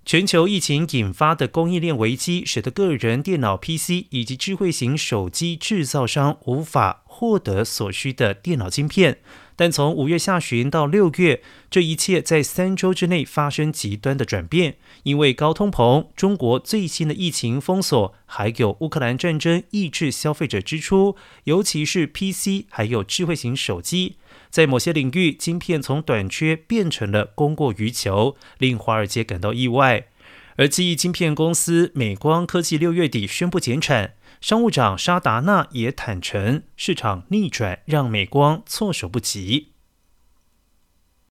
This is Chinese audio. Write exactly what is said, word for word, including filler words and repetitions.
全球疫情引发的供应链危机，使得个人电脑 P C 以及智慧型手机制造商无法获得所需的电脑晶片。但从五月下旬到六月，这一切在三周之内发生极端的转变，因为高通膨、中国最新的疫情封锁，还有乌克兰战争抑制消费者支出，尤其是 P C 还有智慧型手机。在某些领域，晶片从短缺变成了供过于求，令华尔街感到意外。而记忆晶片公司美光科技六月底宣布减产，商务长沙达纳也坦承，市场逆转让美光措手不及。